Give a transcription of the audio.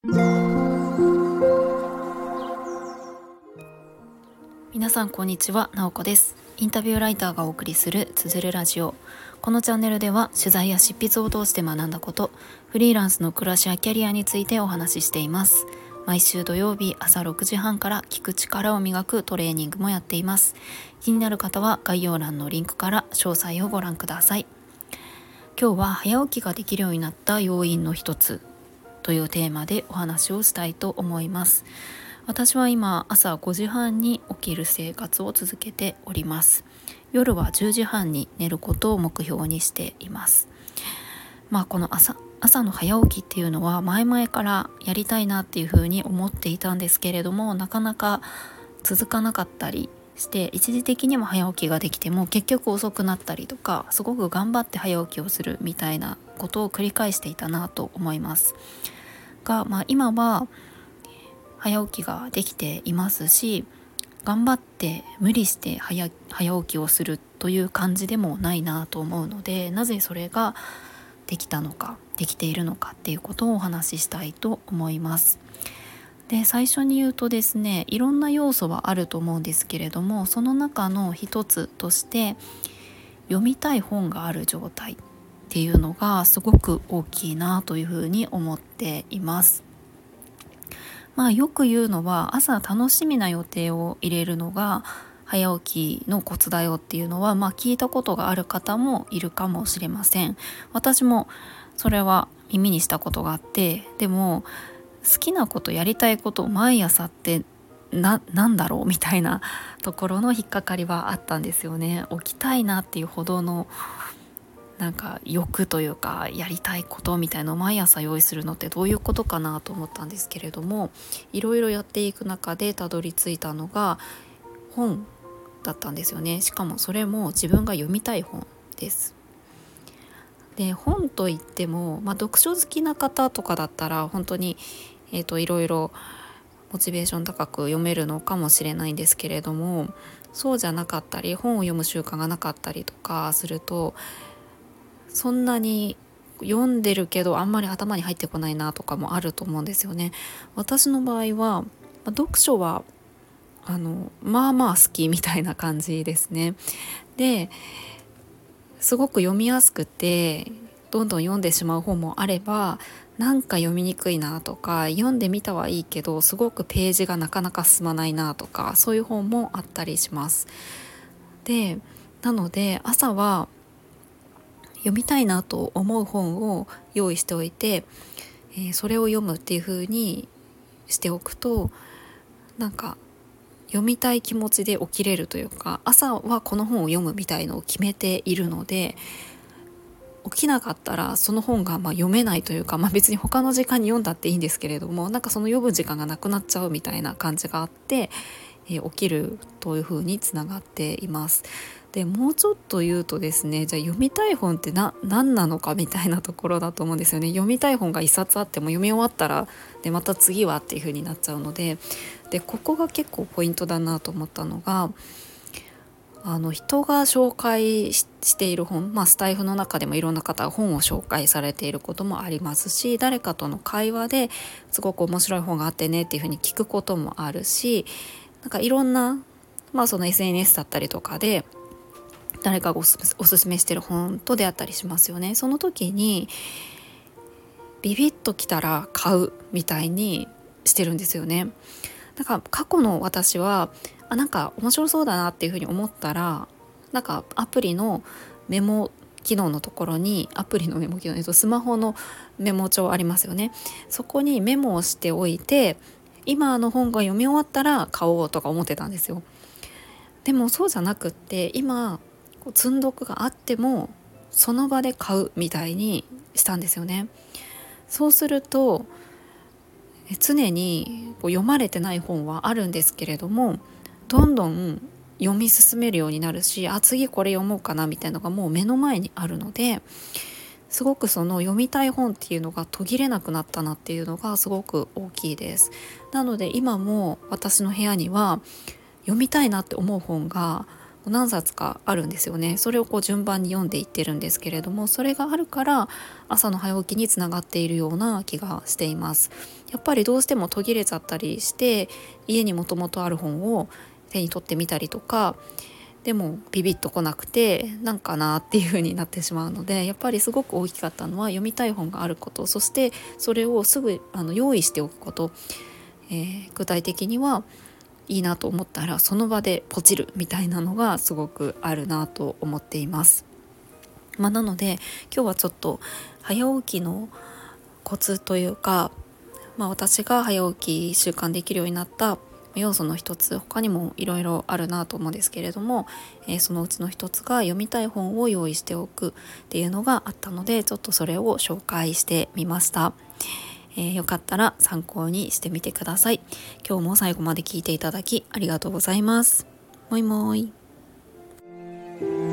皆さんこんにちは、なおこです。インタビューライターがお送りするつづるラジオ。このチャンネルでは取材や執筆を通して学んだこと、フリーランスの暮らしやキャリアについてお話ししています。毎週土曜日朝6時半から聞く力を磨くトレーニングもやっています。気になる方は概要欄のリンクから詳細をご覧ください。今日は早起きができるようになった要因の一つというテーマでお話をしたいと思います。私は今朝5時半に起きる生活を続けております。夜は10時半に寝ることを目標にしています。この朝の早起きっていうのは前々からやりたいなっていうふうに思っていたんですけれども、なかなか続かなかったりして、一時的にも早起きができても結局遅くなったりとか、すごく頑張って早起きをするみたいなことを繰り返していたなと思いますが、今は早起きができていますし、頑張って無理して早起きをするという感じでもないなと思うので、なぜそれができたのか、できているのかっていうことをお話ししたいと思います。で、最初に言うとですね、いろんな要素はあると思うんですけれども、その中の一つとして読みたい本がある状態っていうのがすごく大きいなというふうに思っています。よく言うのは、朝楽しみな予定を入れるのが早起きのコツだよっていうのは、聞いたことがある方もいるかもしれません。私もそれは耳にしたことがあって、でも好きなこと、やりたいことを毎朝ってなんだろうみたいなところの引っかかりはあったんですよね。起きたいなっていうほどの欲というか、やりたいことみたいのを毎朝用意するのってどういうことかなと思ったんですけれども、いろいろやっていく中でたどり着いたのが本だったんですよね。しかもそれも自分が読みたい本です。で、本といっても、読書好きな方とかだったら本当に、いろいろモチベーション高く読めるのかもしれないんですけれども、そうじゃなかったり、本を読む習慣がなかったりとかすると、そんなに読んでるけどあんまり頭に入ってこないなとかもあると思うんですよね。私の場合は読書は好きみたいな感じですね。ですごく読みやすくてどんどん読んでしまう本もあれば、読みにくいなとか、読んでみたはいいけどすごくページがなかなか進まないなとか、そういう本もあったりします。で、なので朝は読みたいなと思う本を用意しておいて、それを読むっていう風にしておくと、読みたい気持ちで起きれるというか、朝はこの本を読むみたいのを決めているので、起きなかったらその本が読めないというか、別に他の時間に読んだっていいんですけれども、その読む時間がなくなっちゃうみたいな感じがあって、起きるという風につながっています。で、もうちょっと言うとですね、じゃあ読みたい本って何なのかみたいなところだと思うんですよね。読みたい本が一冊あっても読み終わったらまた次はっていう風になっちゃうので、ここが結構ポイントだなと思ったのが、人が紹介している本、スタイフの中でもいろんな方が本を紹介されていることもありますし、誰かとの会話ですごく面白い本があってねっていう風に聞くこともあるし、いろんな、その SNS だったりとかで誰かがおすすめしてる本と出会ったりしますよね。その時にビビッときたら買うみたいにしてるんですよね。過去の私は面白そうだなっていうふうに思ったら、アプリのメモ機能のところに、アプリのメモ機能、スマホのメモ帳ありますよね。そこにメモをしておいて、今の本が読み終わったら買おうとか思ってたんですよ。でもそうじゃなくって、今積んどくがあってもその場で買うみたいにしたんですよね。そうすると常に読まれてない本はあるんですけれども、どんどん読み進めるようになるし、次これ読もうかなみたいなのがもう目の前にあるので、すごくその読みたい本っていうのが途切れなくなったなっていうのがすごく大きいです。なので今も私の部屋には読みたいなって思う本が何冊かあるんですよね。それを順番に読んでいってるんですけれども、それがあるから朝の早起きにつながっているような気がしています。やっぱりどうしても途切れちゃったりして、家にもともとある本を手に取ってみたりとか、でもビビッとこなくてなんかなっていう風になってしまうので、やっぱりすごく大きかったのは読みたい本があること、そしてそれをすぐ用意しておくこと、具体的にはいいなと思ったらその場でポチるみたいなのがすごくあるなと思っています。なので今日はちょっと早起きのコツというか、私が早起き習慣できるようになった要素の一つ、他にもいろいろあるなと思うんですけれども、そのうちの一つが読みたい本を用意しておくっていうのがあったので、ちょっとそれを紹介してみました。よかったら参考にしてみてください。今日も最後まで聞いていただきありがとうございます。もいもい。